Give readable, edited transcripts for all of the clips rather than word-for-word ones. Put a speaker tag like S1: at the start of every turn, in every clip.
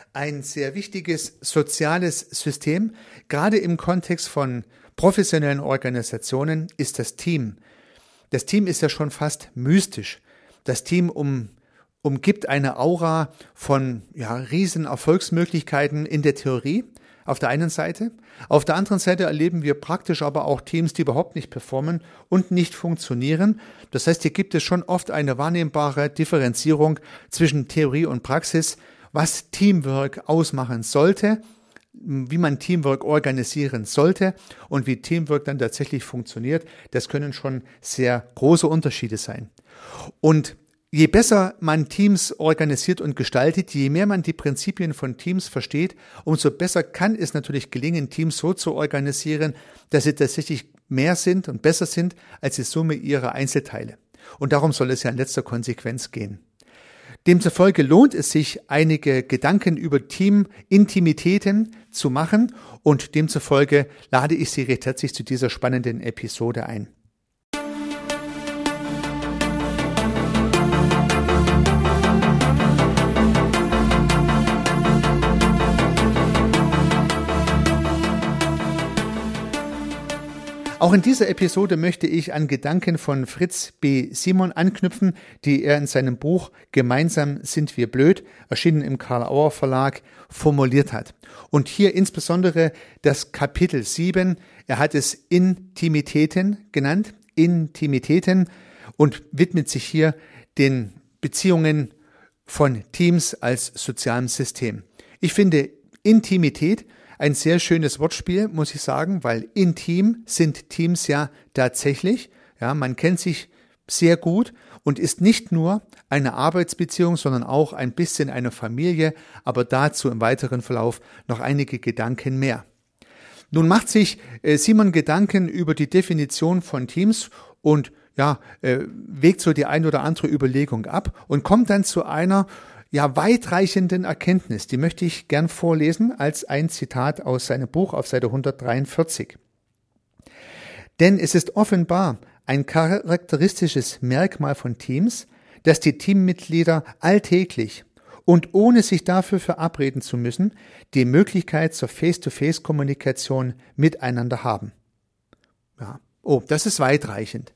S1: Ein sehr wichtiges soziales System, gerade im Kontext von professionellen Organisationen, ist das Team. Das Team ist ja schon fast mystisch. Das Team umgibt eine Aura von riesen Erfolgsmöglichkeiten in der Theorie auf der einen Seite. Auf der anderen Seite erleben wir praktisch aber auch Teams, die überhaupt nicht performen und nicht funktionieren. Das heißt, hier gibt es schon oft eine wahrnehmbare Differenzierung zwischen Theorie und Praxis, was Teamwork ausmachen sollte, wie man Teamwork organisieren sollte und wie Teamwork dann tatsächlich funktioniert. Das können schon sehr große Unterschiede sein. Und je besser man Teams organisiert und gestaltet, je mehr man die Prinzipien von Teams versteht, umso besser kann es natürlich gelingen, Teams so zu organisieren, dass sie tatsächlich mehr sind und besser sind als die Summe ihrer Einzelteile. Und darum soll es ja in letzter Konsequenz gehen. Demzufolge lohnt es sich, einige Gedanken über Team-Intimitäten zu machen und demzufolge lade ich Sie recht herzlich zu dieser spannenden Episode ein. Auch in dieser Episode möchte ich an Gedanken von Fritz B. Simon anknüpfen, die er in seinem Buch Gemeinsam sind wir blöd, erschienen im Karl-Auer Verlag, formuliert hat. Und hier insbesondere das Kapitel 7, er hat es Intimitäten genannt, Intimitäten, und widmet sich hier den Beziehungen von Teams als sozialem System. Ich finde Intimität ein sehr schönes Wortspiel, muss ich sagen, weil intim sind Teams ja tatsächlich. Ja, man kennt sich sehr gut und ist nicht nur eine Arbeitsbeziehung, sondern auch ein bisschen eine Familie, aber dazu im weiteren Verlauf noch einige Gedanken mehr. Nun macht sich Simon Gedanken über die Definition von Teams und wägt so die ein oder andere Überlegung ab und kommt dann zu einer weitreichenden Erkenntnis. Die möchte ich gern vorlesen als ein Zitat aus seinem Buch auf Seite 143. Denn es ist offenbar ein charakteristisches Merkmal von Teams, dass die Teammitglieder alltäglich und ohne sich dafür verabreden zu müssen, die Möglichkeit zur Face-to-Face-Kommunikation miteinander haben. Das ist weitreichend.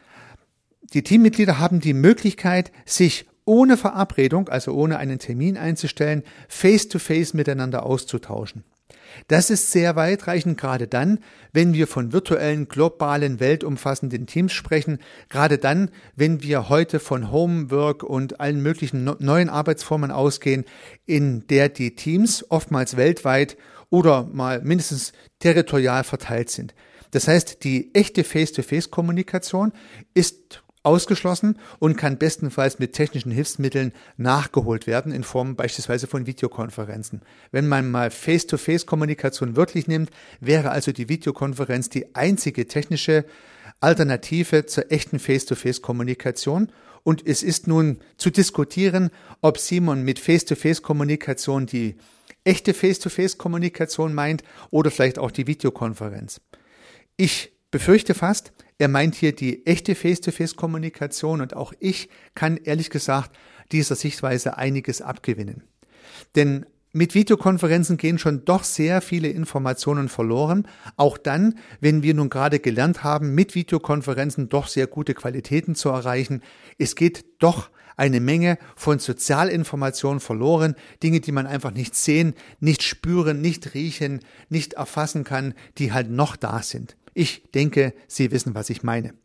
S1: Die Teammitglieder haben die Möglichkeit, sich ohne Verabredung, also ohne einen Termin einzustellen, face-to-face miteinander auszutauschen. Das ist sehr weitreichend, gerade dann, wenn wir von virtuellen, globalen, weltumfassenden Teams sprechen, gerade dann, wenn wir heute von Homework und allen möglichen neuen Arbeitsformen ausgehen, in der die Teams oftmals weltweit oder mal mindestens territorial verteilt sind. Das heißt, die echte Face-to-Face-Kommunikation ist ausgeschlossen und kann bestenfalls mit technischen Hilfsmitteln nachgeholt werden, in Form beispielsweise von Videokonferenzen. Wenn man mal Face-to-Face-Kommunikation wirklich nimmt, wäre also die Videokonferenz die einzige technische Alternative zur echten Face-to-Face-Kommunikation. Und es ist nun zu diskutieren, ob Simon mit Face-to-Face-Kommunikation die echte Face-to-Face-Kommunikation meint oder vielleicht auch die Videokonferenz. Ich befürchte fast, er meint hier die echte Face-to-Face-Kommunikation und auch ich kann ehrlich gesagt dieser Sichtweise einiges abgewinnen. Denn mit Videokonferenzen gehen schon doch sehr viele Informationen verloren, auch dann, wenn wir nun gerade gelernt haben, mit Videokonferenzen doch sehr gute Qualitäten zu erreichen. Es geht doch eine Menge von Sozialinformationen verloren, Dinge, die man einfach nicht sehen, nicht spüren, nicht riechen, nicht erfassen kann, die halt noch da sind. Ich denke, Sie wissen, was ich meine.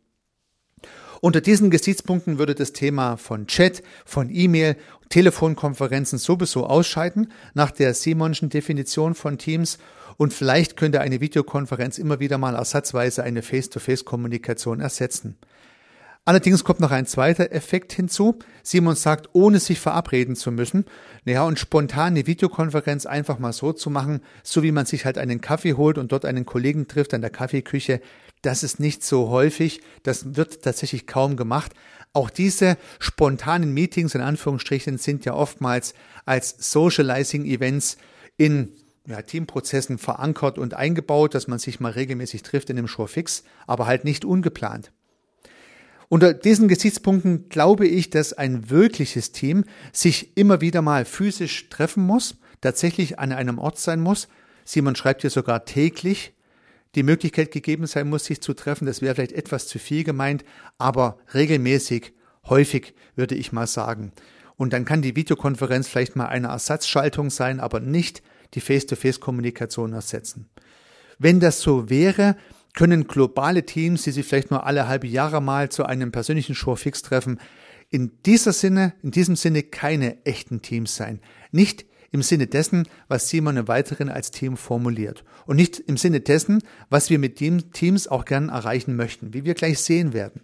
S1: Unter diesen Gesichtspunkten würde das Thema von Chat, von E-Mail, Telefonkonferenzen sowieso ausscheiden, nach der Simonschen Definition von Teams, und vielleicht könnte eine Videokonferenz immer wieder mal ersatzweise eine Face-to-Face-Kommunikation ersetzen. Allerdings kommt noch ein zweiter Effekt hinzu. Simon sagt, ohne sich verabreden zu müssen. Und spontan eine Videokonferenz einfach mal so zu machen, so wie man sich halt einen Kaffee holt und dort einen Kollegen trifft an der Kaffeeküche, das ist nicht so häufig. Das wird tatsächlich kaum gemacht. Auch diese spontanen Meetings in Anführungsstrichen sind ja oftmals als Socializing-Events in Teamprozessen verankert und eingebaut, dass man sich mal regelmäßig trifft in einem Showfix, aber halt nicht ungeplant. Unter diesen Gesichtspunkten glaube ich, dass ein wirkliches Team sich immer wieder mal physisch treffen muss. tatsächlich an einem Ort sein muss. Simon schreibt hier sogar täglich, die Möglichkeit gegeben sein muss, sich zu treffen. Das wäre vielleicht etwas zu viel gemeint, aber regelmäßig, häufig würde ich mal sagen. Und dann kann die Videokonferenz vielleicht mal eine Ersatzschaltung sein, aber nicht die Face-to-Face-Kommunikation ersetzen. Wenn das so wäre, können globale Teams, die sich vielleicht nur alle halbe Jahre mal zu einem persönlichen Showfix treffen, in diesem Sinne keine echten Teams sein. Nicht im Sinne dessen, was Simon im Weiteren als Team formuliert. Und nicht im Sinne dessen, was wir mit den Teams auch gern erreichen möchten, wie wir gleich sehen werden.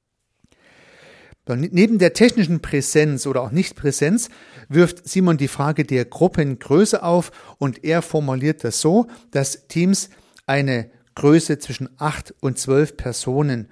S1: Neben der technischen Präsenz oder auch Nichtpräsenz wirft Simon die Frage der Gruppengröße auf und er formuliert das so, dass Teams eine Größe zwischen 8 und 12 Personen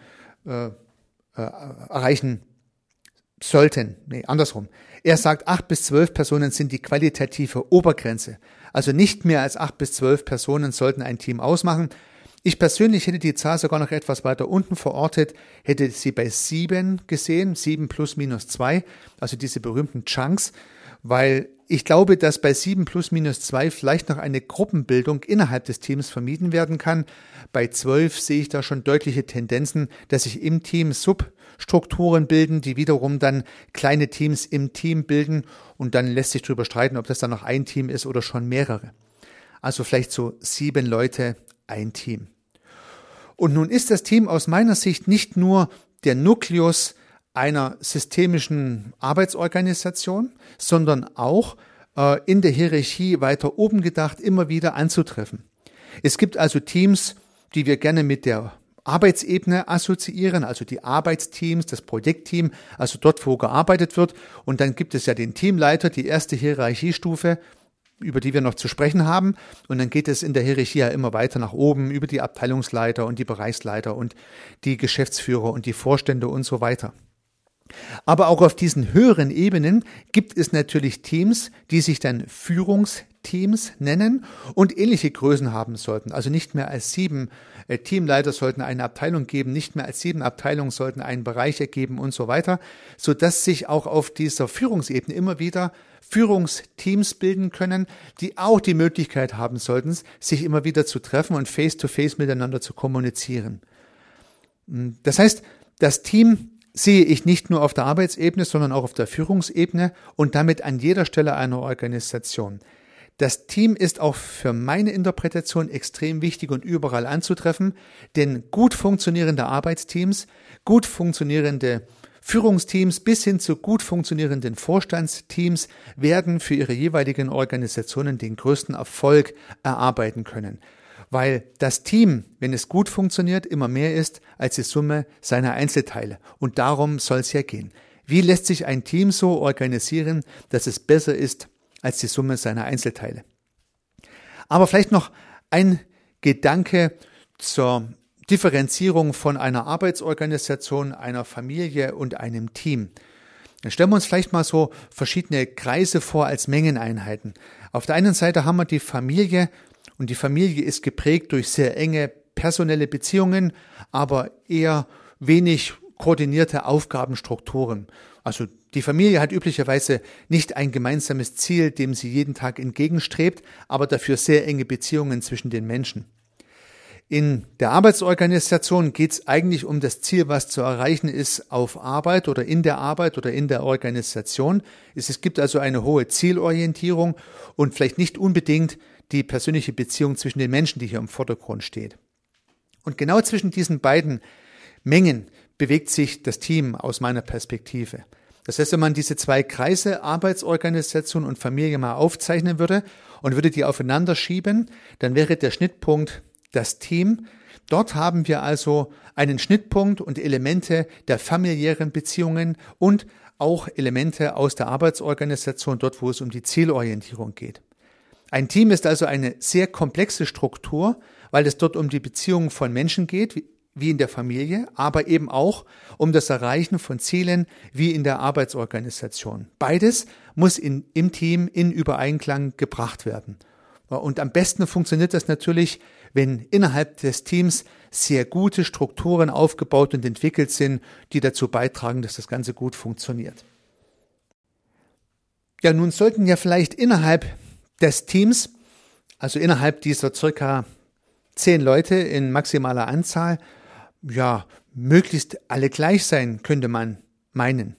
S1: erreichen sollten. Nee, andersrum. Er sagt, 8 bis 12 Personen sind die qualitative Obergrenze. Also nicht mehr als 8 bis 12 Personen sollten ein Team ausmachen. Ich persönlich hätte die Zahl sogar noch etwas weiter unten verortet, hätte sie bei 7 gesehen, 7 plus minus 2, also diese berühmten Chunks, weil ich glaube, dass bei 7 plus minus 2 vielleicht noch eine Gruppenbildung innerhalb des Teams vermieden werden kann. Bei 12 sehe ich da schon deutliche Tendenzen, dass sich im Team Substrukturen bilden, die wiederum dann kleine Teams im Team bilden und dann lässt sich darüber streiten, ob das dann noch ein Team ist oder schon mehrere. Also vielleicht so 7 Leute, ein Team. Und nun ist das Team aus meiner Sicht nicht nur der Nukleus einer systemischen Arbeitsorganisation, sondern auch in der Hierarchie weiter oben gedacht immer wieder anzutreffen. Es gibt also Teams, die wir gerne mit der Arbeitsebene assoziieren, also die Arbeitsteams, das Projektteam, also dort, wo gearbeitet wird. Und dann gibt es ja den Teamleiter, die erste Hierarchiestufe, über die wir noch zu sprechen haben. Und dann geht es in der Hierarchie ja immer weiter nach oben, über die Abteilungsleiter und die Bereichsleiter und die Geschäftsführer und die Vorstände und so weiter. Aber auch auf diesen höheren Ebenen gibt es natürlich Teams, die sich dann Führungsteams nennen und ähnliche Größen haben sollten. Also nicht mehr als 7 Teamleiter sollten eine Abteilung geben, nicht mehr als 7 Abteilungen sollten einen Bereich ergeben und so weiter, sodass sich auch auf dieser Führungsebene immer wieder Führungsteams bilden können, die auch die Möglichkeit haben sollten, sich immer wieder zu treffen und face-to-face miteinander zu kommunizieren. Das heißt, das Team sehe ich nicht nur auf der Arbeitsebene, sondern auch auf der Führungsebene und damit an jeder Stelle einer Organisation. Das Team ist auch für meine Interpretation extrem wichtig und überall anzutreffen, denn gut funktionierende Arbeitsteams, gut funktionierende Führungsteams bis hin zu gut funktionierenden Vorstandsteams werden für ihre jeweiligen Organisationen den größten Erfolg erarbeiten können. Weil das Team, wenn es gut funktioniert, immer mehr ist als die Summe seiner Einzelteile. Und darum soll es ja gehen. Wie lässt sich ein Team so organisieren, dass es besser ist als die Summe seiner Einzelteile? Aber vielleicht noch ein Gedanke zur Differenzierung von einer Arbeitsorganisation, einer Familie und einem Team. Dann stellen wir uns vielleicht mal so verschiedene Kreise vor als Mengeneinheiten. Auf der einen Seite haben wir die Familie, und die Familie ist geprägt durch sehr enge personelle Beziehungen, aber eher wenig koordinierte Aufgabenstrukturen. Also die Familie hat üblicherweise nicht ein gemeinsames Ziel, dem sie jeden Tag entgegenstrebt, aber dafür sehr enge Beziehungen zwischen den Menschen. In der Arbeitsorganisation geht es eigentlich um das Ziel, was zu erreichen ist auf Arbeit oder in der Organisation. Es gibt also eine hohe Zielorientierung und vielleicht nicht unbedingt die persönliche Beziehung zwischen den Menschen, die hier im Vordergrund steht. Und genau zwischen diesen beiden Mengen bewegt sich das Team aus meiner Perspektive. Das heißt, wenn man diese 2 Kreise, Arbeitsorganisation und Familie, mal aufzeichnen würde und würde die aufeinander schieben, dann wäre der Schnittpunkt das Team. Dort haben wir also einen Schnittpunkt und Elemente der familiären Beziehungen und auch Elemente aus der Arbeitsorganisation, dort wo es um die Zielorientierung geht. Ein Team ist also eine sehr komplexe Struktur, weil es dort um die Beziehungen von Menschen geht, wie in der Familie, aber eben auch um das Erreichen von Zielen wie in der Arbeitsorganisation. Beides muss im Team in Übereinklang gebracht werden. Und am besten funktioniert das natürlich, wenn innerhalb des Teams sehr gute Strukturen aufgebaut und entwickelt sind, die dazu beitragen, dass das Ganze gut funktioniert. Ja, nun sollten ja vielleicht innerhalb des Teams, also innerhalb dieser circa 10 Leute in maximaler Anzahl, ja, möglichst alle gleich sein, könnte man meinen.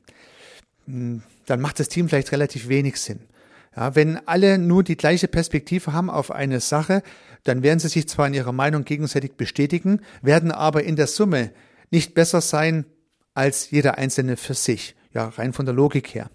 S1: Dann macht das Team vielleicht relativ wenig Sinn. Ja, wenn alle nur die gleiche Perspektive haben auf eine Sache, dann werden sie sich zwar in ihrer Meinung gegenseitig bestätigen, werden aber in der Summe nicht besser sein als jeder Einzelne für sich, ja, rein von der Logik her.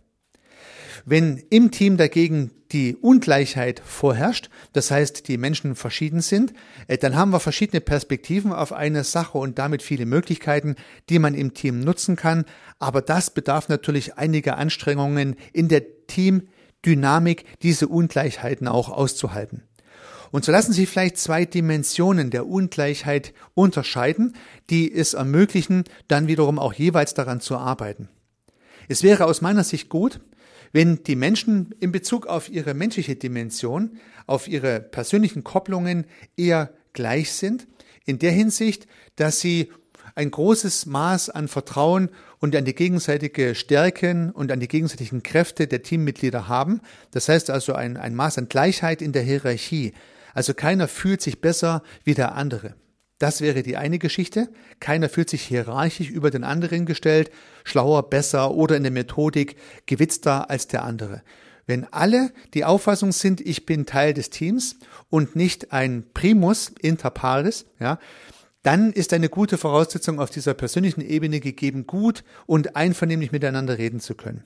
S1: Wenn im Team dagegen die Ungleichheit vorherrscht, das heißt, die Menschen verschieden sind, dann haben wir verschiedene Perspektiven auf eine Sache und damit viele Möglichkeiten, die man im Team nutzen kann. Aber das bedarf natürlich einiger Anstrengungen in der Teamdynamik, diese Ungleichheiten auch auszuhalten. Und so lassen sich vielleicht 2 Dimensionen der Ungleichheit unterscheiden, die es ermöglichen, dann wiederum auch jeweils daran zu arbeiten. Es wäre aus meiner Sicht gut, wenn die Menschen in Bezug auf ihre menschliche Dimension, auf ihre persönlichen Kopplungen eher gleich sind, in der Hinsicht, dass sie ein großes Maß an Vertrauen und an die gegenseitige Stärken und an die gegenseitigen Kräfte der Teammitglieder haben. Das heißt also ein Maß an Gleichheit in der Hierarchie. Also keiner fühlt sich besser wie der andere. Das wäre die eine Geschichte. Keiner fühlt sich hierarchisch über den anderen gestellt, schlauer, besser oder in der Methodik gewitzter als der andere. Wenn alle die Auffassung sind, ich bin Teil des Teams und nicht ein Primus inter pares, ja, dann ist eine gute Voraussetzung auf dieser persönlichen Ebene gegeben, gut und einvernehmlich miteinander reden zu können.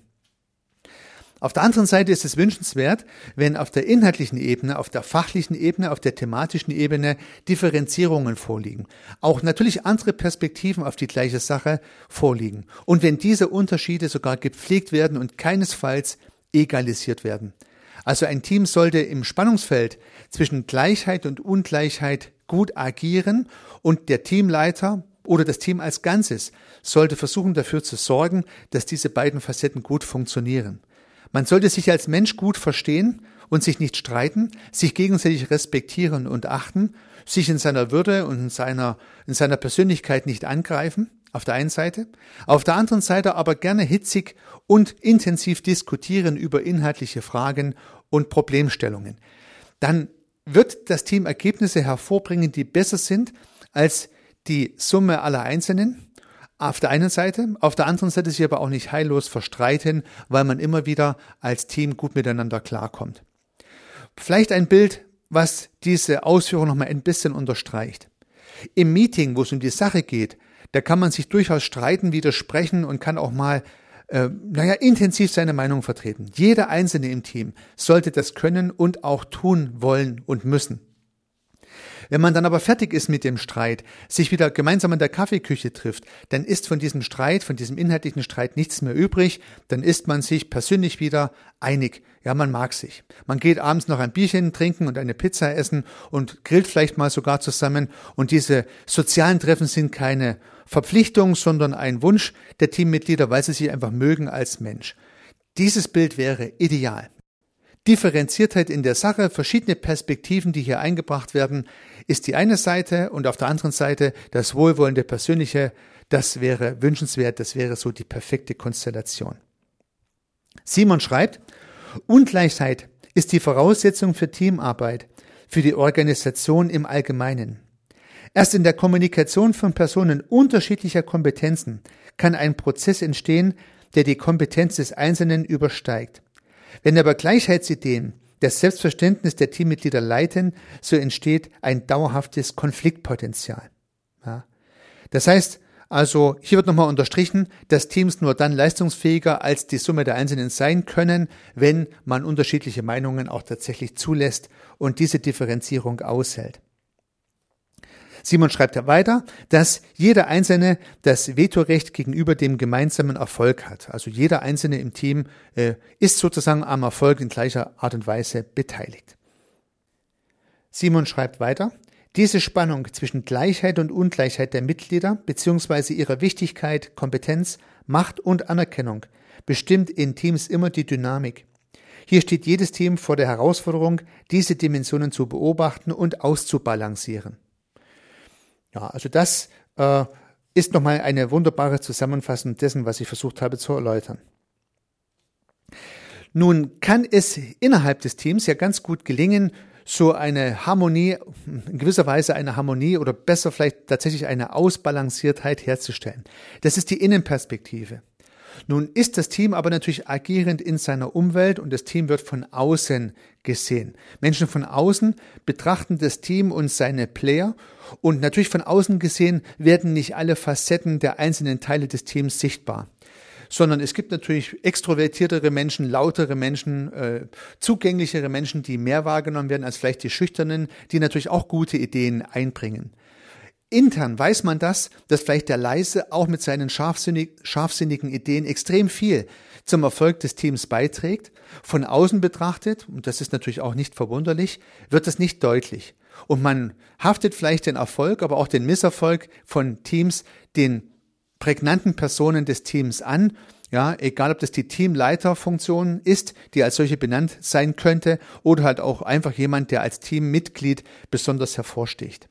S1: Auf der anderen Seite ist es wünschenswert, wenn auf der inhaltlichen Ebene, auf der fachlichen Ebene, auf der thematischen Ebene Differenzierungen vorliegen. Auch natürlich andere Perspektiven auf die gleiche Sache vorliegen. Und wenn diese Unterschiede sogar gepflegt werden und keinesfalls egalisiert werden. Also ein Team sollte im Spannungsfeld zwischen Gleichheit und Ungleichheit gut agieren und der Teamleiter oder das Team als Ganzes sollte versuchen, dafür zu sorgen, dass diese beiden Facetten gut funktionieren. Man sollte sich als Mensch gut verstehen und sich nicht streiten, sich gegenseitig respektieren und achten, sich in seiner Würde und in seiner Persönlichkeit nicht angreifen, auf der einen Seite, auf der anderen Seite aber gerne hitzig und intensiv diskutieren über inhaltliche Fragen und Problemstellungen. Dann wird das Team Ergebnisse hervorbringen, die besser sind als die Summe aller Einzelnen. Auf der einen Seite, auf der anderen Seite sich aber auch nicht heillos verstreiten, weil man immer wieder als Team gut miteinander klarkommt. Vielleicht ein Bild, was diese Ausführung nochmal ein bisschen unterstreicht. Im Meeting, wo es um die Sache geht, da kann man sich durchaus streiten, widersprechen und kann auch mal intensiv seine Meinung vertreten. Jeder Einzelne im Team sollte das können und auch tun wollen und müssen. Wenn man dann aber fertig ist mit dem Streit, sich wieder gemeinsam in der Kaffeeküche trifft, dann ist von diesem Streit, von diesem inhaltlichen Streit nichts mehr übrig, dann ist man sich persönlich wieder einig. Ja, man mag sich. Man geht abends noch ein Bierchen trinken und eine Pizza essen und grillt vielleicht mal sogar zusammen und diese sozialen Treffen sind keine Verpflichtung, sondern ein Wunsch der Teammitglieder, weil sie sich einfach mögen als Mensch. Dieses Bild wäre ideal. Differenziertheit in der Sache, verschiedene Perspektiven, die hier eingebracht werden, ist die eine Seite und auf der anderen Seite das wohlwollende Persönliche, das wäre wünschenswert, das wäre so die perfekte Konstellation. Simon schreibt, Ungleichheit ist die Voraussetzung für Teamarbeit, für die Organisation im Allgemeinen. Erst in der Kommunikation von Personen unterschiedlicher Kompetenzen kann ein Prozess entstehen, der die Kompetenz des Einzelnen übersteigt. Wenn aber Gleichheitsideen das Selbstverständnis der Teammitglieder leiten, so entsteht ein dauerhaftes Konfliktpotenzial. Ja. Das heißt, also hier wird nochmal unterstrichen, dass Teams nur dann leistungsfähiger als die Summe der Einzelnen sein können, wenn man unterschiedliche Meinungen auch tatsächlich zulässt und diese Differenzierung aushält. Simon schreibt ja weiter, dass jeder Einzelne das Vetorecht gegenüber dem gemeinsamen Erfolg hat. Also jeder Einzelne im Team ist sozusagen am Erfolg in gleicher Art und Weise beteiligt. Simon schreibt weiter, diese Spannung zwischen Gleichheit und Ungleichheit der Mitglieder bzw. ihrer Wichtigkeit, Kompetenz, Macht und Anerkennung bestimmt in Teams immer die Dynamik. Hier steht jedes Team vor der Herausforderung, diese Dimensionen zu beobachten und auszubalancieren. Ja, also das ist nochmal eine wunderbare Zusammenfassung dessen, was ich versucht habe zu erläutern. Nun kann es innerhalb des Teams ja ganz gut gelingen, so eine Harmonie, in gewisser Weise eine Harmonie oder besser vielleicht tatsächlich eine Ausbalanciertheit herzustellen. Das ist die Innenperspektive. Nun ist das Team aber natürlich agierend in seiner Umwelt und das Team wird von außen gesehen. Menschen von außen betrachten das Team und seine Player und natürlich von außen gesehen werden nicht alle Facetten der einzelnen Teile des Teams sichtbar, sondern es gibt natürlich extrovertiertere Menschen, lautere Menschen, zugänglichere Menschen, die mehr wahrgenommen werden als vielleicht die Schüchternen, die natürlich auch gute Ideen einbringen. Intern weiß man dass vielleicht der Leise auch mit seinen scharfsinnigen Ideen extrem viel zum Erfolg des Teams beiträgt. Von außen betrachtet, und das ist natürlich auch nicht verwunderlich, wird das nicht deutlich. Und man haftet vielleicht den Erfolg, aber auch den Misserfolg von Teams den prägnanten Personen des Teams an, ja, egal ob das die Teamleiterfunktion ist, die als solche benannt sein könnte, oder halt auch einfach jemand, der als Teammitglied besonders hervorsticht.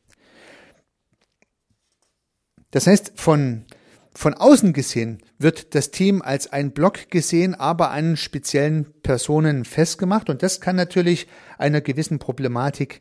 S1: Das heißt, von außen gesehen wird das Team als ein Block gesehen, aber an speziellen Personen festgemacht und das kann natürlich eine gewisse Problematik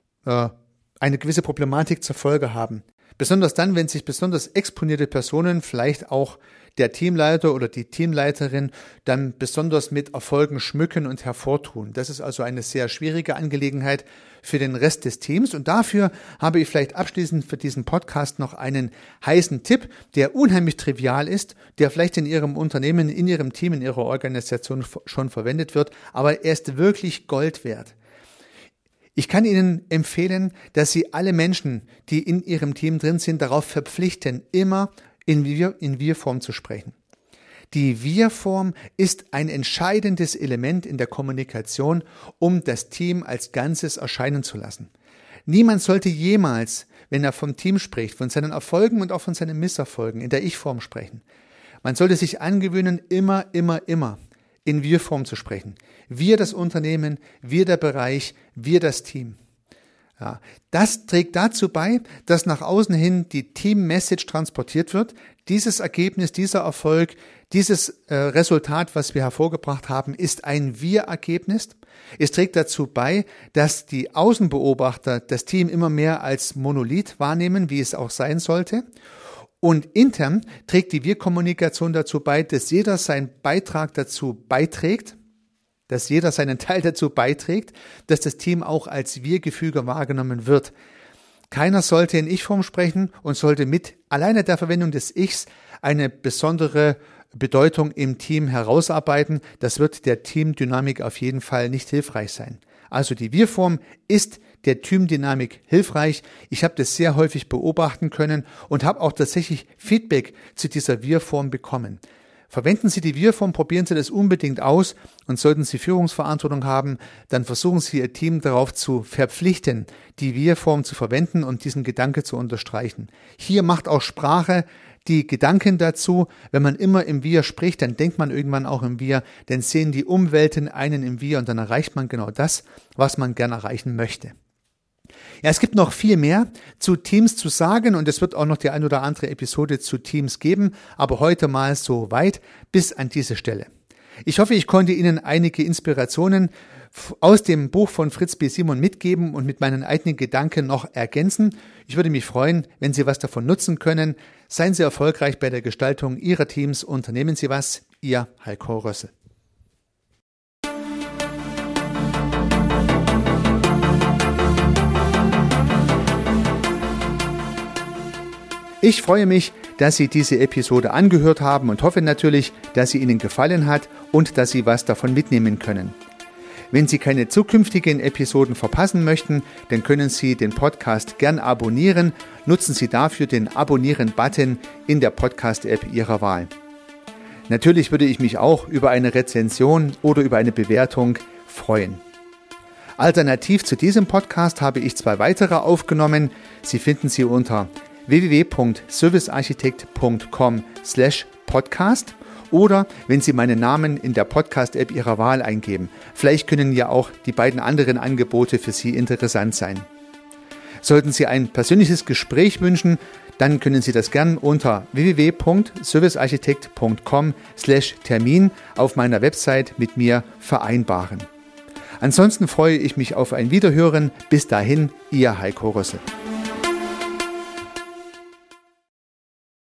S1: zur Folge haben. Besonders dann, wenn sich besonders exponierte Personen, vielleicht auch der Teamleiter oder die Teamleiterin, dann besonders mit Erfolgen schmücken und hervortun. Das ist also eine sehr schwierige Angelegenheit für den Rest des Teams und dafür habe ich vielleicht abschließend für diesen Podcast noch einen heißen Tipp, der unheimlich trivial ist, der vielleicht in Ihrem Unternehmen, in Ihrem Team, in Ihrer Organisation schon verwendet wird, aber er ist wirklich Gold wert. Ich kann Ihnen empfehlen, dass Sie alle Menschen, die in Ihrem Team drin sind, darauf verpflichten, immer in Wir-Form zu sprechen. Die Wir-Form ist ein entscheidendes Element in der Kommunikation, um das Team als Ganzes erscheinen zu lassen. Niemand sollte jemals, wenn er vom Team spricht, von seinen Erfolgen und auch von seinen Misserfolgen in der Ich-Form sprechen. Man sollte sich angewöhnen, immer in Wir-Form zu sprechen. Wir das Unternehmen, wir der Bereich, wir das Team. Ja, das trägt dazu bei, dass nach außen hin die Team-Message transportiert wird. Dieses Ergebnis, dieser Erfolg, dieses Resultat, was wir hervorgebracht haben, ist ein Wir-Ergebnis. Es trägt dazu bei, dass die Außenbeobachter das Team immer mehr als Monolith wahrnehmen, wie es auch sein sollte. Und intern trägt die Wir-Kommunikation dazu bei, dass jeder seinen Beitrag dazu beiträgt, dass jeder seinen Teil dazu beiträgt, dass das Team auch als Wir-Gefüge wahrgenommen wird. Keiner sollte in Ich-Form sprechen und sollte mit alleine der Verwendung des Ichs eine besondere Bedeutung im Team herausarbeiten. Das wird der Teamdynamik auf jeden Fall nicht hilfreich sein. Also die Wir-Form ist der Teamdynamik hilfreich. Ich habe das sehr häufig beobachten können und habe auch tatsächlich Feedback zu dieser Wir-Form bekommen. Verwenden Sie die Wir-Form, probieren Sie das unbedingt aus und sollten Sie Führungsverantwortung haben, dann versuchen Sie Ihr Team darauf zu verpflichten, die Wir-Form zu verwenden und diesen Gedanke zu unterstreichen. Hier macht auch Sprache die Gedanken dazu. Wenn man immer im Wir spricht, dann denkt man irgendwann auch im Wir, dann sehen die Umwelten einen im Wir und dann erreicht man genau das, was man gerne erreichen möchte. Ja, es gibt noch viel mehr zu Teams zu sagen und es wird auch noch die ein oder andere Episode zu Teams geben, aber heute mal so weit bis an diese Stelle. Ich hoffe, ich konnte Ihnen einige Inspirationen aus dem Buch von Fritz B. Simon mitgeben und mit meinen eigenen Gedanken noch ergänzen. Ich würde mich freuen, wenn Sie was davon nutzen können. Seien Sie erfolgreich bei der Gestaltung Ihrer Teams, unternehmen Sie was. Ihr Heiko Rössel. Ich freue mich, dass Sie diese Episode angehört haben und hoffe natürlich, dass sie Ihnen gefallen hat und dass Sie was davon mitnehmen können. Wenn Sie keine zukünftigen Episoden verpassen möchten, dann können Sie den Podcast gern abonnieren. Nutzen Sie dafür den Abonnieren-Button in der Podcast-App Ihrer Wahl. Natürlich würde ich mich auch über eine Rezension oder über eine Bewertung freuen. Alternativ zu diesem Podcast habe ich 2 weitere aufgenommen. Sie finden sie unter www.servicearchitekt.com/podcast oder wenn Sie meinen Namen in der Podcast-App Ihrer Wahl eingeben. Vielleicht können ja auch die beiden anderen Angebote für Sie interessant sein. Sollten Sie ein persönliches Gespräch wünschen, dann können Sie das gern unter www.servicearchitekt.com/Termin auf meiner Website mit mir vereinbaren. Ansonsten freue ich mich auf ein Wiederhören. Bis dahin, Ihr Heiko Rössel.